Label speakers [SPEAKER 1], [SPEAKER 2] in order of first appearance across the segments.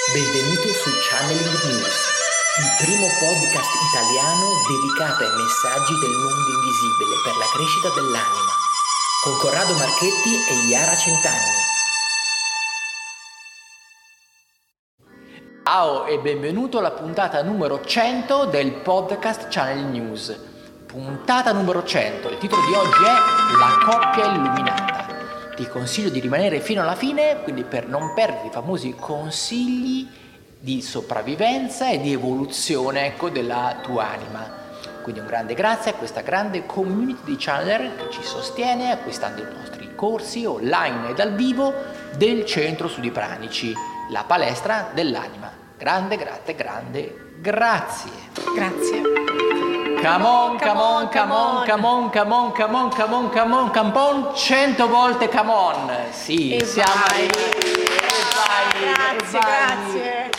[SPEAKER 1] Benvenuto su Channeling News, il primo podcast italiano dedicato ai messaggi del mondo invisibile per la crescita dell'anima, con Corrado Marchetti e Iara Centanni.
[SPEAKER 2] Ciao e benvenuto alla puntata numero 100 del podcast Channeling News. Puntata numero 100, il titolo di oggi è La coppia illuminata. Ti consiglio di rimanere fino alla fine, quindi per non perdere i famosi consigli di sopravvivenza e di evoluzione, della tua anima. Quindi un grande grazie a questa grande community di channeler che ci sostiene acquistando i nostri corsi online e dal vivo del Centro Studi Pranici, la palestra dell'anima. Grande grazie.
[SPEAKER 3] Grazie.
[SPEAKER 2] Come on, 100 volte come on. Sì,
[SPEAKER 3] E
[SPEAKER 2] siamo
[SPEAKER 3] vai.
[SPEAKER 2] arrivati.
[SPEAKER 3] Grazie.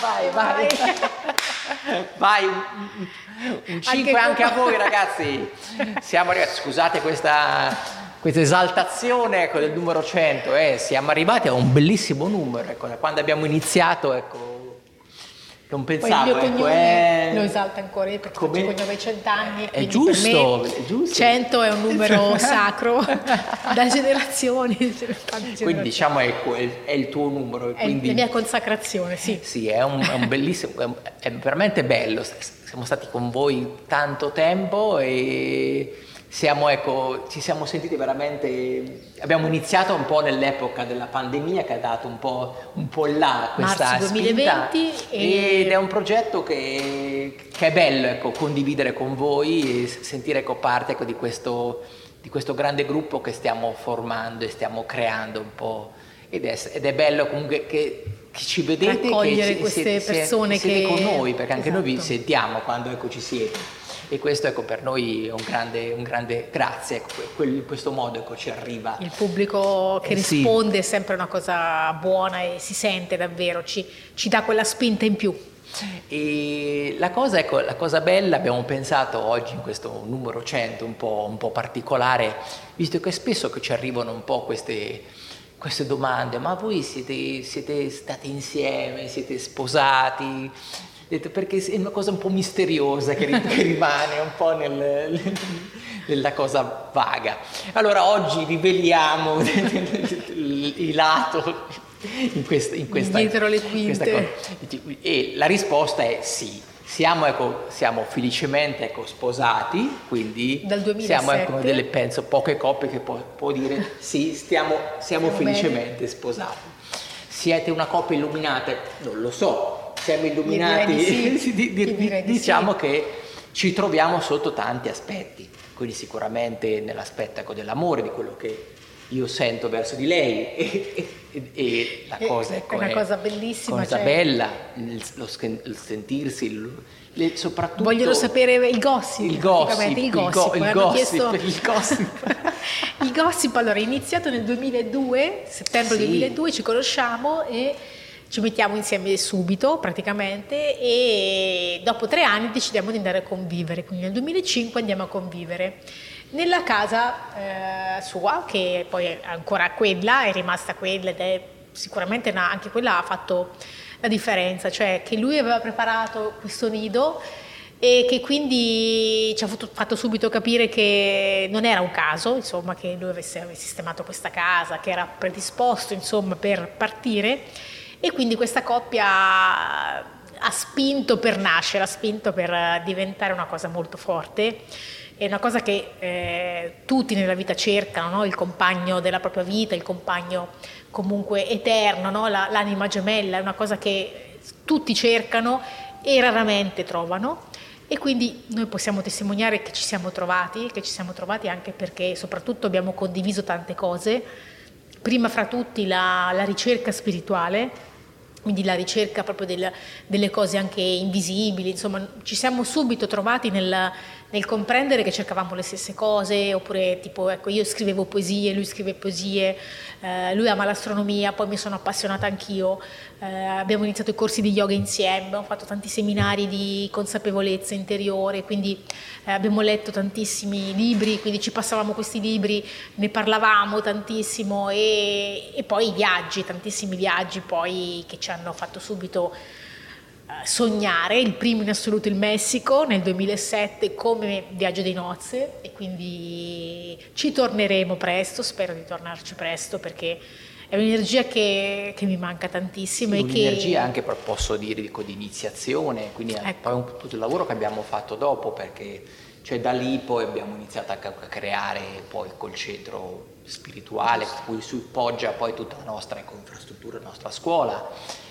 [SPEAKER 2] Vai, un 5 anche a voi ragazzi. Siamo arrivati, scusate questa esaltazione del numero 100, siamo arrivati a un bellissimo numero, da quando abbiamo iniziato, non pensavo,
[SPEAKER 3] Poi il mio cognome lo esalta ancora, perché faccio cognome 100 anni,
[SPEAKER 2] è
[SPEAKER 3] quindi
[SPEAKER 2] giusto,
[SPEAKER 3] per me
[SPEAKER 2] è giusto.
[SPEAKER 3] 100 è un numero sacro da generazioni.
[SPEAKER 2] Quindi diciamo è il tuo numero.
[SPEAKER 3] È
[SPEAKER 2] quindi
[SPEAKER 3] la mia consacrazione, sì.
[SPEAKER 2] Sì, è un bellissimo, è veramente bello. Siamo stati con voi tanto tempo e ci siamo sentiti veramente. Abbiamo iniziato un po' nell'epoca della pandemia che ha dato un po' là questa
[SPEAKER 3] Marzo 2020
[SPEAKER 2] spinta, ed è un progetto che è bello condividere con voi e sentire parte di questo grande gruppo che stiamo formando e stiamo creando un po'. Ed è bello comunque che ci vedete,
[SPEAKER 3] raccogliere
[SPEAKER 2] che
[SPEAKER 3] queste persone
[SPEAKER 2] siete
[SPEAKER 3] che
[SPEAKER 2] con noi, perché anche noi vi
[SPEAKER 3] esatto.
[SPEAKER 2] sentiamo quando ci siete. E questo per noi è un grande grazie, in questo modo ci arriva.
[SPEAKER 3] Il pubblico che risponde è sempre una cosa buona e si sente davvero, ci dà quella spinta in più.
[SPEAKER 2] E la cosa bella, abbiamo pensato oggi in questo numero 100 un po' particolare, visto che spesso ci arrivano un po' queste domande: ma voi siete stati insieme, siete sposati? Perché è una cosa un po' misteriosa che rimane un po' nella cosa vaga. Allora oggi riveliamo il lato in questa
[SPEAKER 3] dietro le quinte.
[SPEAKER 2] E la risposta è sì. Siamo felicemente sposati, quindi
[SPEAKER 3] dal 2007.
[SPEAKER 2] siamo penso poche coppie che può dire sì, siamo felicemente sposati. Siete una coppia illuminata? Non lo so. Siamo illuminati, diciamo che ci troviamo sotto tanti aspetti, quindi sicuramente nell'aspetto dell'amore, di quello che io sento verso di lei e la cosa
[SPEAKER 3] è una cosa bellissima,
[SPEAKER 2] bella, il sentirsi, soprattutto
[SPEAKER 3] vogliono sapere il gossip. Il gossip. Allora è iniziato nel 2002, settembre 2002, ci conosciamo e ci mettiamo insieme subito praticamente, e dopo 3 anni decidiamo di andare a convivere, quindi nel 2005 andiamo a convivere nella casa sua, che poi è ancora quella, è rimasta quella, ed è sicuramente anche quella ha fatto la differenza, cioè che lui aveva preparato questo nido e che quindi ci ha fatto subito capire che non era un caso, insomma, che lui avesse sistemato questa casa, che era predisposto, insomma, per partire. E quindi questa coppia ha spinto per nascere, ha spinto per diventare una cosa molto forte. È una cosa che tutti nella vita cercano, no? Il compagno della propria vita, il compagno comunque eterno, no? L'anima gemella, è una cosa che tutti cercano e raramente trovano. E quindi noi possiamo testimoniare che ci siamo trovati anche perché soprattutto abbiamo condiviso tante cose. Prima fra tutti la ricerca spirituale, quindi la ricerca proprio delle cose anche invisibili, insomma ci siamo subito trovati nel comprendere che cercavamo le stesse cose, oppure tipo, ecco, io scrivevo poesie, lui scrive poesie, lui ama l'astronomia, poi mi sono appassionata anch'io, abbiamo iniziato i corsi di yoga insieme, abbiamo fatto tanti seminari di consapevolezza interiore, quindi abbiamo letto tantissimi libri, quindi ci passavamo questi libri, ne parlavamo tantissimo e poi i viaggi, tantissimi viaggi poi che ci hanno fatto subito sognare, il primo in assoluto il Messico nel 2007 come viaggio di nozze, e quindi ci torneremo presto, spero di tornarci presto perché è un'energia che mi manca tantissimo.
[SPEAKER 2] Sì,
[SPEAKER 3] e
[SPEAKER 2] un'energia anche, posso dire, di iniziazione, quindi
[SPEAKER 3] ecco.
[SPEAKER 2] poi tutto il lavoro che abbiamo fatto dopo, perché cioè da lì poi abbiamo iniziato a creare poi col centro spirituale su cui si poggia poi tutta la nostra infrastruttura, la nostra scuola.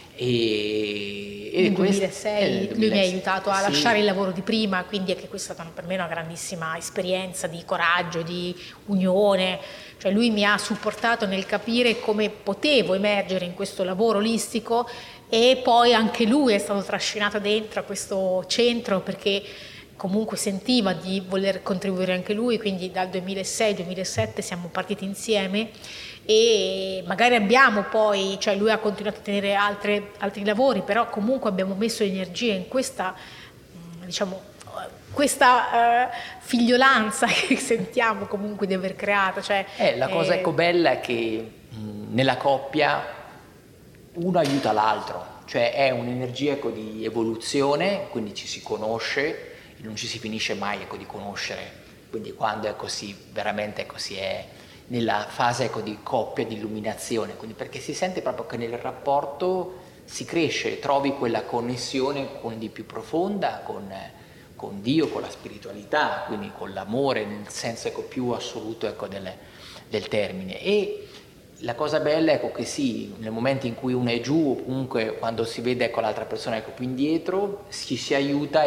[SPEAKER 2] E
[SPEAKER 3] nel 2006 lui mi ha aiutato a
[SPEAKER 2] sì,
[SPEAKER 3] lasciare il lavoro di prima, quindi anche questa è stata per me una grandissima esperienza di coraggio, di unione, cioè lui mi ha supportato nel capire come potevo emergere in questo lavoro olistico, e poi anche lui è stato trascinato dentro a questo centro perché comunque sentiva di voler contribuire anche lui, quindi dal 2006-2007 siamo partiti insieme. E magari abbiamo poi, cioè lui ha continuato a tenere altri lavori, però comunque abbiamo messo energie in questa, diciamo, questa figliolanza che sentiamo comunque di aver creato. Cioè,
[SPEAKER 2] la cosa bella è che nella coppia uno aiuta l'altro, cioè è un'energia di evoluzione, quindi ci si conosce e non ci si finisce mai di conoscere, quindi quando è così, veramente così è nella fase di coppia, di illuminazione, quindi perché si sente proprio che nel rapporto si cresce, trovi quella connessione di più profonda con Dio, con la spiritualità, quindi con l'amore nel senso più assoluto del termine. E la cosa bella è che sì, nel momento in cui uno è giù, o comunque quando si vede l'altra persona più indietro, ci si aiuta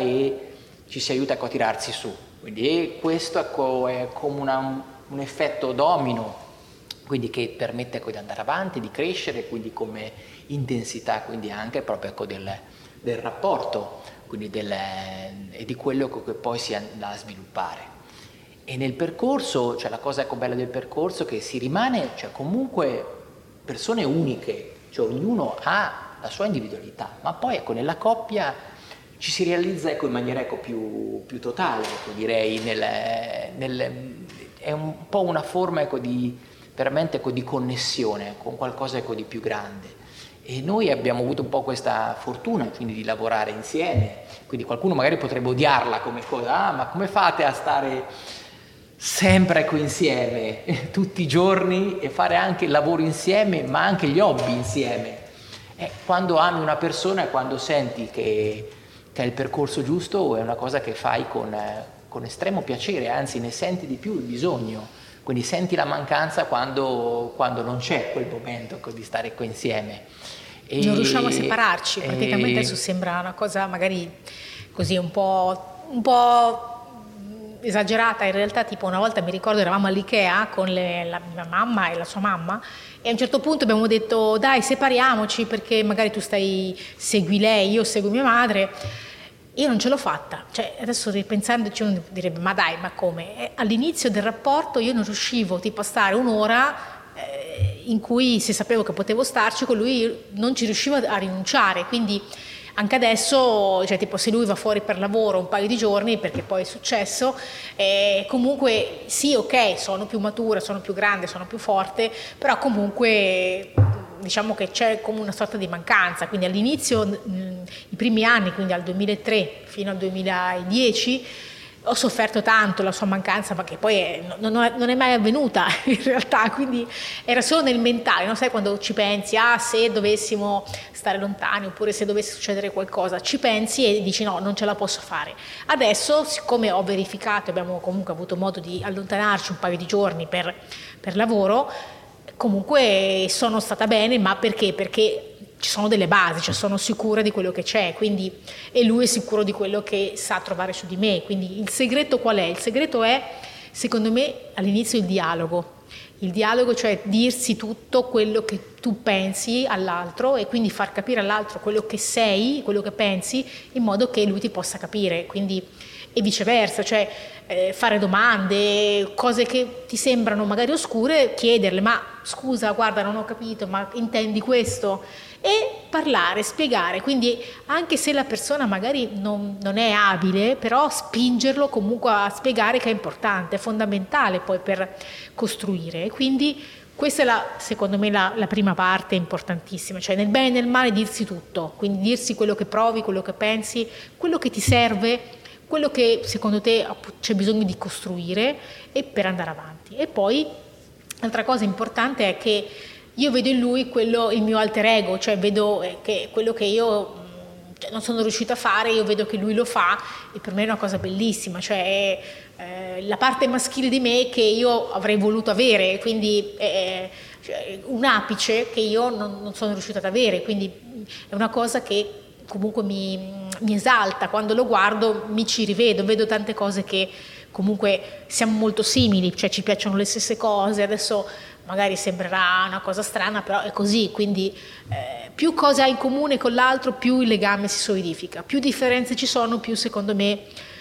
[SPEAKER 2] a tirarsi su, quindi questo è come un effetto domino, quindi che permette di andare avanti, di crescere, quindi come intensità, quindi anche proprio del rapporto, quindi e di quello che poi si andrà a sviluppare. E nel percorso, cioè la cosa bella del percorso è che si rimane, cioè comunque persone uniche, cioè ognuno ha la sua individualità, ma poi nella coppia ci si realizza in maniera più totale, direi, è un po' una forma veramente di connessione con qualcosa di più grande. E noi abbiamo avuto un po' questa fortuna quindi di lavorare insieme, quindi qualcuno magari potrebbe odiarla come cosa, ma come fate a stare sempre insieme tutti i giorni e fare anche il lavoro insieme ma anche gli hobby insieme? Quando ami una persona e quando senti che è il percorso giusto, è una cosa che fai con estremo piacere, anzi ne senti di più il bisogno, quindi senti la mancanza quando non c'è quel momento di stare insieme.
[SPEAKER 3] Non riusciamo a separarci, praticamente adesso sembra una cosa magari così un po' esagerata, in realtà tipo una volta mi ricordo eravamo all'Ikea con la mia mamma e la sua mamma e a un certo punto abbiamo detto dai separiamoci perché magari tu segui lei, io seguo mia madre. Io non ce l'ho fatta, cioè adesso ripensandoci uno direbbe ma dai, ma come? All'inizio del rapporto io non riuscivo tipo a stare un'ora in cui se sapevo che potevo starci con lui non ci riuscivo a rinunciare, quindi anche adesso, cioè tipo se lui va fuori per lavoro un paio di giorni, perché poi è successo, comunque sì, ok, sono più matura, sono più grande, sono più forte, però comunque diciamo che c'è come una sorta di mancanza, quindi all'inizio, i primi anni, quindi dal 2003 fino al 2010, ho sofferto tanto la sua mancanza, ma che poi non è mai avvenuta in realtà, quindi era solo nel mentale, no? Sai quando ci pensi, se dovessimo stare lontani oppure se dovesse succedere qualcosa, ci pensi e dici no, non ce la posso fare. Adesso, siccome ho verificato, abbiamo comunque avuto modo di allontanarci un paio di giorni per lavoro, comunque sono stata bene, ma perché? Perché ci sono delle basi, cioè sono sicura di quello che c'è, quindi, e lui è sicuro di quello che sa trovare su di me. Quindi il segreto qual è? Il segreto è, secondo me, all'inizio il dialogo, cioè dirsi tutto quello che tu pensi all'altro e quindi far capire all'altro quello che sei, quello che pensi, in modo che lui ti possa capire. Quindi e viceversa, cioè fare domande, cose che ti sembrano magari oscure, chiederle, ma scusa, guarda, non ho capito, ma intendi questo? E parlare, spiegare, quindi anche se la persona magari non è abile, però spingerlo comunque a spiegare che è importante, è fondamentale poi per costruire. Quindi questa è secondo me la prima parte importantissima, cioè nel bene e nel male dirsi tutto, quindi dirsi quello che provi, quello che pensi, quello che ti serve, quello che secondo te c'è bisogno di costruire e per andare avanti. E poi l'altra cosa importante è che io vedo in lui il mio alter ego, cioè vedo che quello che io non sono riuscita a fare, io vedo che lui lo fa e per me è una cosa bellissima, cioè la parte maschile di me che io avrei voluto avere, quindi un apice che io non sono riuscita ad avere, quindi è una cosa che comunque mi esalta, quando lo guardo mi ci rivedo, vedo tante cose che comunque siamo molto simili, cioè ci piacciono le stesse cose, adesso magari sembrerà una cosa strana, però è così, quindi più cose hai in comune con l'altro, più il legame si solidifica, più differenze ci sono, più secondo me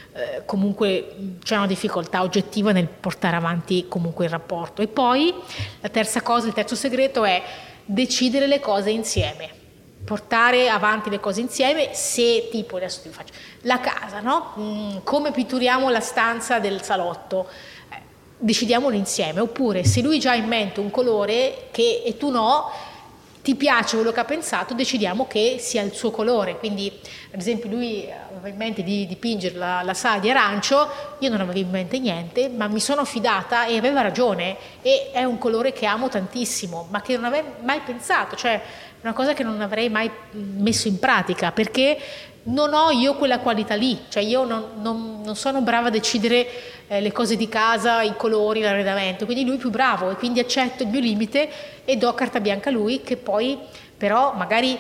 [SPEAKER 3] comunque c'è una difficoltà oggettiva nel portare avanti comunque il rapporto. E poi la terza cosa, il terzo segreto è decidere le cose insieme, portare avanti le cose insieme. Se tipo, adesso ti faccio la casa, no? Come pitturiamo la stanza del salotto, decidiamolo insieme. Oppure se lui già ha in mente un colore e tu no, ti piace quello che ha pensato, decidiamo che sia il suo colore. Quindi ad esempio lui aveva in mente di dipingere la sala di arancio, io non avevo in mente niente, ma mi sono fidata e aveva ragione, e è un colore che amo tantissimo, ma che non avevo mai pensato, cioè una cosa che non avrei mai messo in pratica, perché non ho io quella qualità lì, cioè io non sono brava a decidere le cose di casa, i colori, l'arredamento, quindi lui è più bravo e quindi accetto il mio limite e do carta bianca a lui, che poi però magari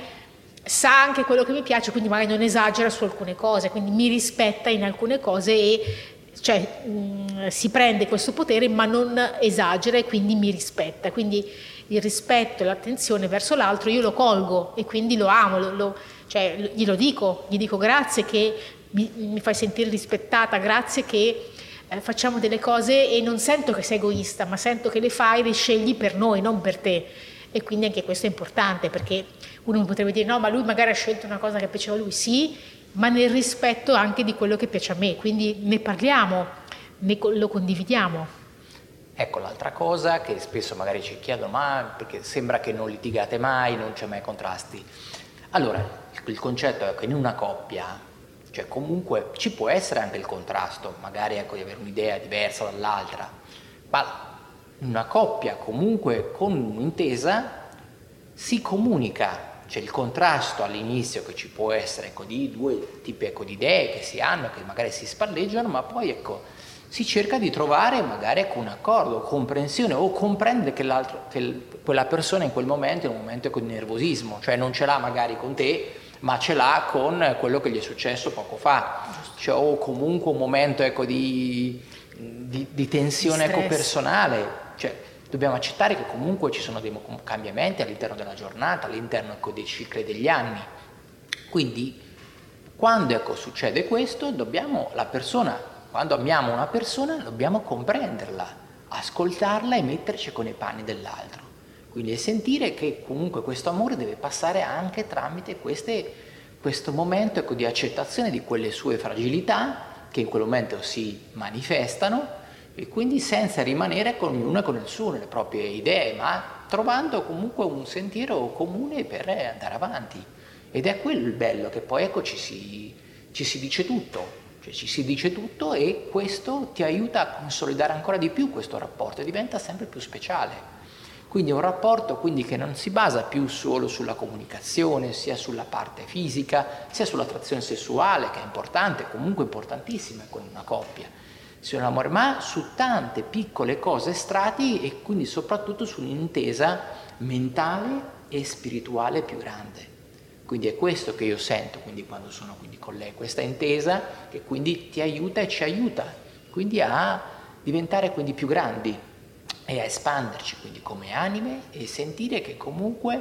[SPEAKER 3] sa anche quello che mi piace, quindi magari non esagera su alcune cose, quindi mi rispetta in alcune cose e cioè si prende questo potere ma non esagera e quindi mi rispetta, quindi il rispetto e l'attenzione verso l'altro io lo colgo e quindi lo amo, cioè gli dico grazie che mi fai sentire rispettata, grazie che facciamo delle cose e non sento che sei egoista, ma sento che le fai, le scegli per noi, non per te. E quindi anche questo è importante, perché uno potrebbe dire no, ma lui magari ha scelto una cosa che piaceva a lui, sì, ma nel rispetto anche di quello che piace a me, quindi ne parliamo, lo condividiamo.
[SPEAKER 2] Ecco l'altra cosa che spesso magari ci chiedono, ma perché sembra che non litigate mai, non c'è mai contrasti. Allora, il concetto è che in una coppia, cioè comunque ci può essere anche il contrasto, magari ecco di avere un'idea diversa dall'altra, ma una coppia comunque con un'intesa si comunica, c'è il contrasto all'inizio che ci può essere ecco di due tipi ecco di idee che si hanno, che magari si spalleggiano, ma poi ecco si cerca di trovare magari ecco un accordo, comprensione o comprendere che quella persona in quel momento è un momento ecco di nervosismo, cioè non ce l'ha magari con te, ma ce l'ha con quello che gli è successo poco fa, cioè, o comunque un momento ecco di tensione ecco personale, cioè dobbiamo accettare che comunque ci sono dei cambiamenti all'interno della giornata, all'interno ecco dei cicli degli anni, quindi quando ecco succede questo quando amiamo una persona dobbiamo comprenderla, ascoltarla e metterci con i panni dell'altro. Quindi sentire che comunque questo amore deve passare anche tramite questo momento ecco, di accettazione di quelle sue fragilità che in quel momento si manifestano, e quindi senza rimanere con ognuno con il suo, nelle proprie idee, ma trovando comunque un sentiero comune per andare avanti. Ed è quello il bello, che poi ecco ci si dice tutto. Cioè ci si dice tutto e questo ti aiuta a consolidare ancora di più questo rapporto e diventa sempre più speciale. Quindi è un rapporto che non si basa più solo sulla comunicazione, sia sulla parte fisica, sia sull'attrazione sessuale, che è importante, comunque importantissima con una coppia, sull'amore, ma su tante piccole cose strati e quindi soprattutto su un'intesa mentale e spirituale più grande. Quindi è questo che io sento quando sono con lei, questa intesa che quindi ti aiuta e ci aiuta quindi a diventare più grandi e a espanderci quindi come anime e sentire che comunque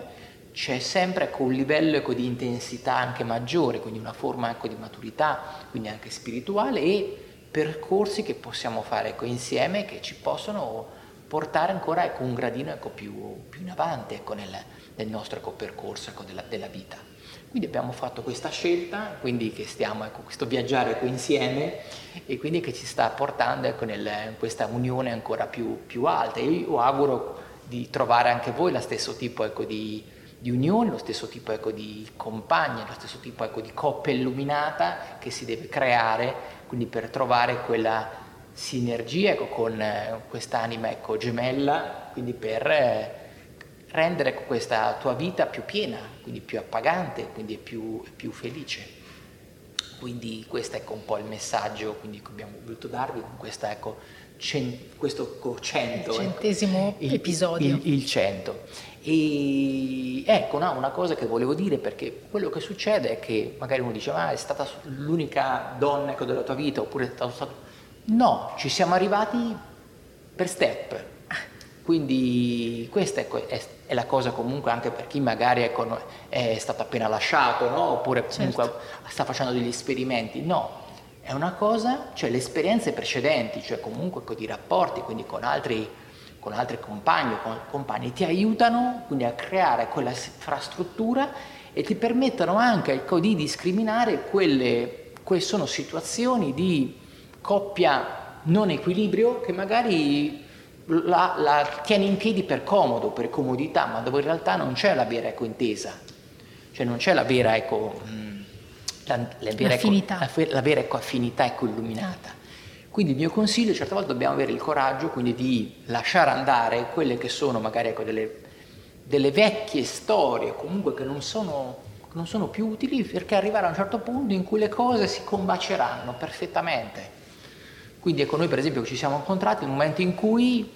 [SPEAKER 2] c'è sempre un livello di intensità anche maggiore, quindi una forma di maturità, quindi anche spirituale, e percorsi che possiamo fare insieme che ci possono portare ancora un gradino più in avanti nel nostro percorso della vita. Quindi abbiamo fatto questa scelta, quindi che stiamo questo viaggiare insieme, e quindi che ci sta portando in questa unione ancora più alta. E io auguro di trovare anche voi lo stesso tipo di unione, lo stesso tipo di compagni, lo stesso tipo di coppia illuminata che si deve creare, quindi per trovare quella sinergia con quest'anima gemella, quindi per rendere questa tua vita più piena, quindi più appagante, quindi più felice. Quindi questo è un po' il messaggio che abbiamo voluto darvi con questa questo 100,
[SPEAKER 3] il 100° episodio,
[SPEAKER 2] il 100. E una cosa che volevo dire, perché quello che succede è che magari uno dice è stata l'unica donna della tua vita, oppure è stato no, ci siamo arrivati per step. Quindi questa è la cosa, comunque, anche per chi magari è stato appena lasciato, no? Oppure comunque sta facendo degli esperimenti. No, è una cosa, cioè le esperienze precedenti, cioè comunque di rapporti, quindi con altri compagni, ti aiutano quindi a creare quella infrastruttura e ti permettono anche di discriminare quelle sono situazioni di coppia non equilibrio che magari la tieni in piedi per comodo, per comodità, ma dove in realtà non c'è la vera intesa, cioè non c'è la vera la vera affinità illuminata. Quindi il mio consiglio, certe volte dobbiamo avere il coraggio quindi di lasciare andare quelle che sono magari delle vecchie storie, comunque che non sono più utili, perché arrivare a un certo punto in cui le cose si combaceranno perfettamente. Quindi noi per esempio ci siamo incontrati nel momento in cui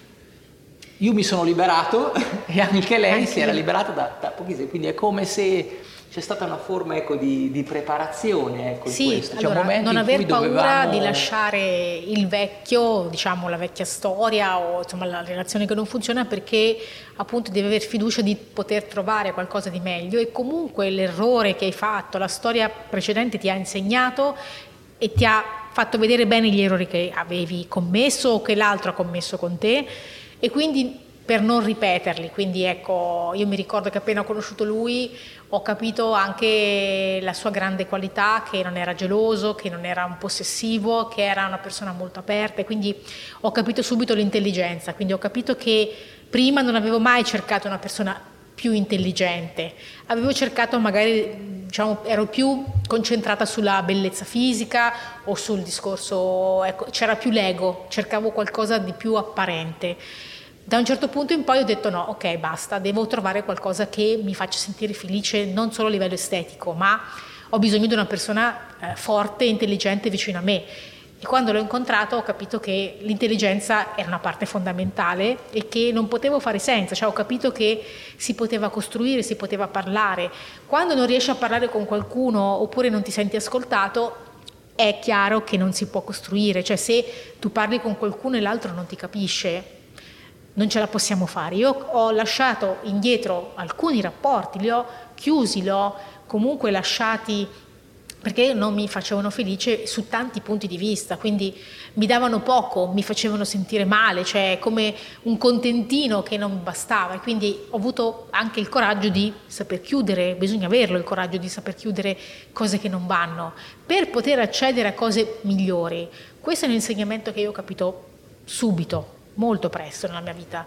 [SPEAKER 2] io mi sono liberato e anche lei si era liberata da pochissimo, quindi è come se c'è stata una forma di preparazione
[SPEAKER 3] sì,
[SPEAKER 2] questo.
[SPEAKER 3] Allora, non aver paura di lasciare il vecchio, la vecchia storia o la relazione che non funziona, perché appunto devi avere fiducia di poter trovare qualcosa di meglio, e comunque l'errore che hai fatto, la storia precedente ti ha insegnato e ti ha fatto vedere bene gli errori che avevi commesso o che l'altro ha commesso con te, e quindi per non ripeterli. Quindi io mi ricordo che appena ho conosciuto lui ho capito anche la sua grande qualità, che non era geloso, che non era un possessivo, che era una persona molto aperta, e quindi ho capito subito l'intelligenza. Quindi ho capito che prima non avevo mai cercato una persona più intelligente, avevo cercato magari, ero più concentrata sulla bellezza fisica o sul discorso, c'era più l'ego, cercavo qualcosa di più apparente. Da un certo punto in poi ho detto no, ok, basta, devo trovare qualcosa che mi faccia sentire felice, non solo a livello estetico, ma ho bisogno di una persona forte e intelligente vicino a me. E quando l'ho incontrato ho capito che l'intelligenza era una parte fondamentale e che non potevo fare senza, ho capito che si poteva costruire, si poteva parlare. Quando non riesci a parlare con qualcuno oppure non ti senti ascoltato, è chiaro che non si può costruire, se tu parli con qualcuno e l'altro non ti capisce, non ce la possiamo fare. Io ho lasciato indietro alcuni rapporti, li ho chiusi, li ho comunque lasciati perché non mi facevano felice su tanti punti di vista, quindi mi davano poco, mi facevano sentire male, come un contentino che non bastava, e quindi ho avuto anche il coraggio di saper chiudere. Bisogna averlo il coraggio di saper chiudere cose che non vanno per poter accedere a cose migliori. Questo è un insegnamento che io ho capito subito, molto presto nella mia vita,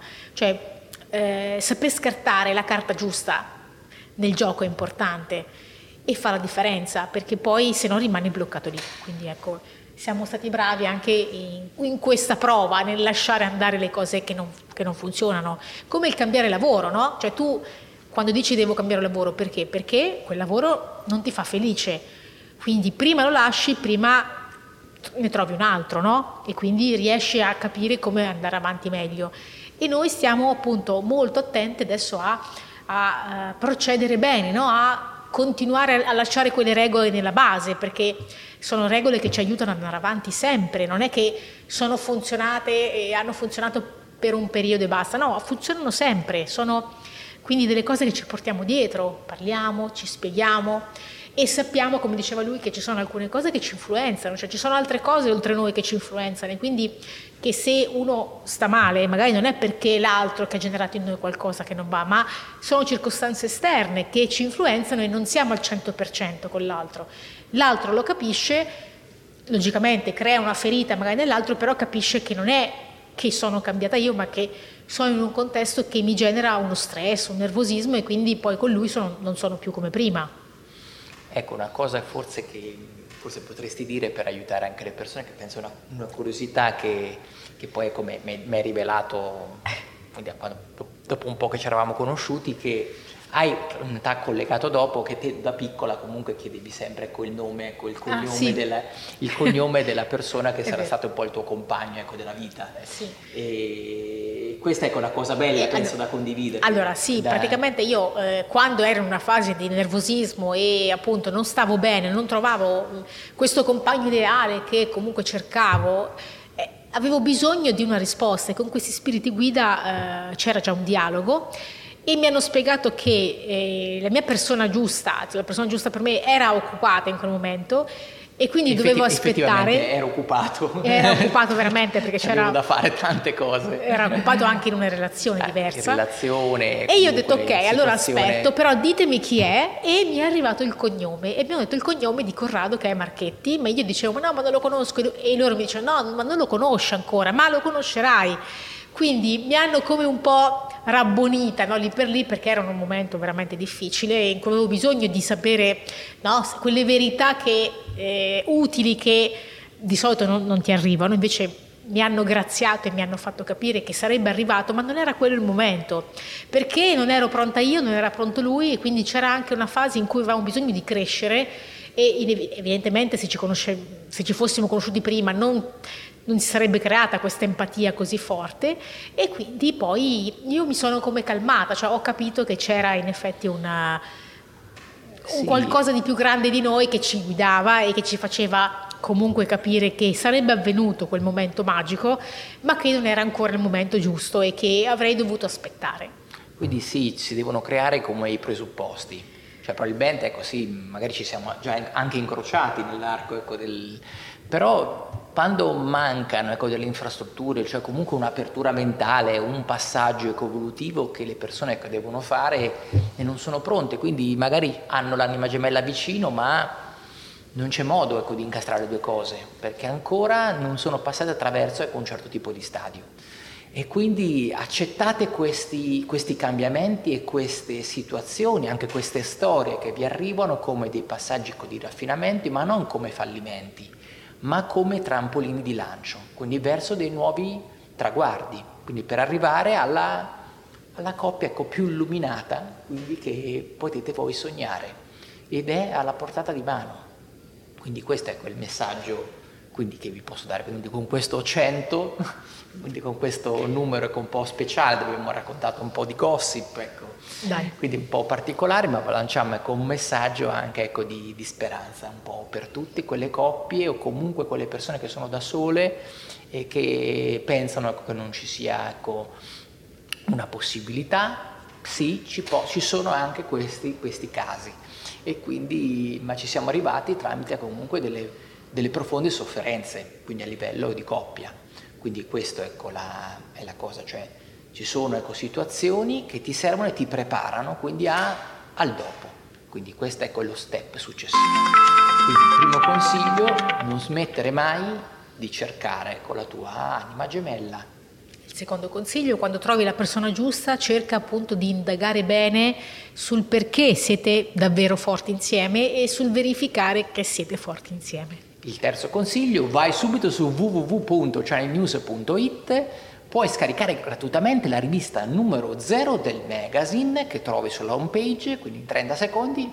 [SPEAKER 3] saper scartare la carta giusta nel gioco è importante e fa la differenza, perché poi se no rimani bloccato lì. Quindi siamo stati bravi anche in questa prova, nel lasciare andare le cose che non funzionano, come il cambiare lavoro, no? Tu quando dici devo cambiare lavoro, perché? Perché quel lavoro non ti fa felice, quindi prima lo lasci, prima ne trovi un altro, no? E quindi riesci a capire come andare avanti meglio. E noi stiamo appunto molto attenti adesso a procedere bene, no? A continuare a lasciare quelle regole nella base, perché sono regole che ci aiutano ad andare avanti sempre, non è che sono funzionate e hanno funzionato per un periodo e basta, no, funzionano sempre, sono quindi delle cose che ci portiamo dietro, parliamo, ci spieghiamo e sappiamo, come diceva lui, che ci sono alcune cose che ci influenzano, cioè ci sono altre cose oltre noi che ci influenzano, e quindi che se uno sta male magari non è perché l'altro che ha generato in noi qualcosa che non va, ma sono circostanze esterne che ci influenzano e non siamo al 100% con l'altro. L'altro lo capisce, logicamente crea una ferita magari nell'altro, però capisce che non è che sono cambiata io, ma che sono in un contesto che mi genera uno stress, un nervosismo, e quindi poi con lui non sono più come prima.
[SPEAKER 2] Ecco, una cosa forse potresti dire per aiutare anche le persone, che penso una curiosità che poi come mi è rivelato dopo un po' che ci eravamo conosciuti, che hai un tag collegato dopo, che te da piccola comunque chiedevi sempre il nome, il cognome,
[SPEAKER 3] sì.
[SPEAKER 2] il cognome della persona che sarà stato un po' il tuo compagno, della vita.
[SPEAKER 3] Sì.
[SPEAKER 2] E questa è una cosa bella, penso, da condividere.
[SPEAKER 3] Allora sì, praticamente io quando ero in una fase di nervosismo e appunto non stavo bene, non trovavo questo compagno ideale che comunque cercavo, avevo bisogno di una risposta, e con questi spiriti guida c'era già un dialogo. E mi hanno spiegato che la persona giusta per me era occupata in quel momento, e quindi dovevo aspettare.
[SPEAKER 2] Era occupato
[SPEAKER 3] veramente, perché
[SPEAKER 2] c'era da fare tante cose.
[SPEAKER 3] Era occupato anche in una relazione diversa.
[SPEAKER 2] E
[SPEAKER 3] io ho detto ok, allora aspetto, però ditemi chi è, e mi è arrivato il cognome e mi hanno detto il cognome di Corrado, che è Marchetti, ma io dicevo ma no, ma non lo conosco, e loro mi dicevano no, ma non lo conosci ancora, ma lo conoscerai. Quindi mi hanno come un po' rabbonita, no, lì per lì, perché era un momento veramente difficile in cui avevo bisogno di sapere, no, quelle verità utili che di solito non ti arrivano. Invece mi hanno graziato e mi hanno fatto capire che sarebbe arrivato, ma non era quello il momento, perché non ero pronta io, non era pronto lui, e quindi c'era anche una fase in cui avevamo bisogno di crescere, e evidentemente se ci fossimo conosciuti prima non si sarebbe creata questa empatia così forte, e quindi poi io mi sono come calmata, cioè ho capito che c'era in effetti un qualcosa di più grande di noi che ci guidava e che ci faceva comunque capire che sarebbe avvenuto quel momento magico, ma che non era ancora il momento giusto e che avrei dovuto aspettare.
[SPEAKER 2] Quindi sì, si devono creare come i presupposti. Cioè probabilmente magari ci siamo già anche incrociati nell'arco però quando mancano delle infrastrutture, cioè comunque un'apertura mentale, un passaggio evolutivo che le persone devono fare e non sono pronte, quindi magari hanno l'anima gemella vicino, ma non c'è modo di incastrare le due cose, perché ancora non sono passate attraverso un certo tipo di stadio. E quindi accettate questi cambiamenti e queste situazioni, anche queste storie che vi arrivano come dei passaggi di raffinamento, ma non come fallimenti, ma come trampolini di lancio, quindi verso dei nuovi traguardi, quindi per arrivare alla coppia più illuminata, quindi che potete voi sognare, ed è alla portata di mano. Quindi questo è quel messaggio che vi posso dare, quindi con questo 100, quindi con questo numero un po' speciale, dove abbiamo raccontato un po' di gossip,
[SPEAKER 3] Dai.
[SPEAKER 2] Quindi un po' particolare, ma lanciamo un messaggio anche di speranza un po' per tutte quelle coppie o comunque quelle persone che sono da sole e che pensano che non ci sia una possibilità. Sì, ci sono anche questi casi, e quindi ma ci siamo arrivati tramite comunque delle profonde sofferenze, quindi a livello di coppia. Quindi questo è la cosa, cioè ci sono situazioni che ti servono e ti preparano quindi al dopo. Quindi questo è lo step successivo. Quindi il primo consiglio: non smettere mai di cercare con la tua anima gemella.
[SPEAKER 3] Il secondo consiglio: quando trovi la persona giusta, cerca appunto di indagare bene sul perché siete davvero forti insieme e sul verificare che siete forti insieme.
[SPEAKER 2] Il terzo consiglio: vai subito su www.channelnews.it, puoi scaricare gratuitamente la rivista numero 0 del magazine che trovi sulla home page, quindi in 30 secondi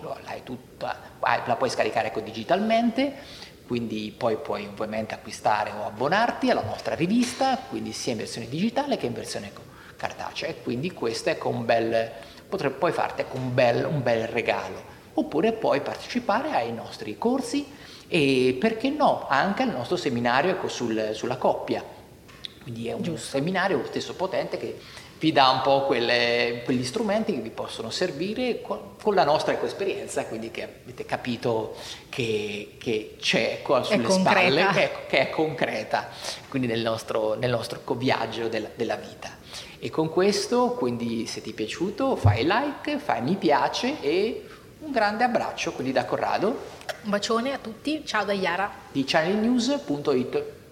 [SPEAKER 2] la puoi scaricare digitalmente, quindi poi puoi ovviamente acquistare o abbonarti alla nostra rivista, quindi sia in versione digitale che in versione cartacea, e quindi questo è puoi farti un bel regalo, oppure puoi partecipare ai nostri corsi e perché no anche al nostro seminario sulla coppia. Quindi è un seminario stesso potente che vi dà un po' quegli strumenti che vi possono servire con la nostra esperienza, quindi che avete capito che c'è qua sulle spalle, che è concreta, quindi nel nostro viaggio della vita. E con questo, quindi, se ti è piaciuto, fai like, fai mi piace e un grande abbraccio, quindi da Corrado.
[SPEAKER 3] Un bacione a tutti, ciao da Iara
[SPEAKER 2] di channelnews.it.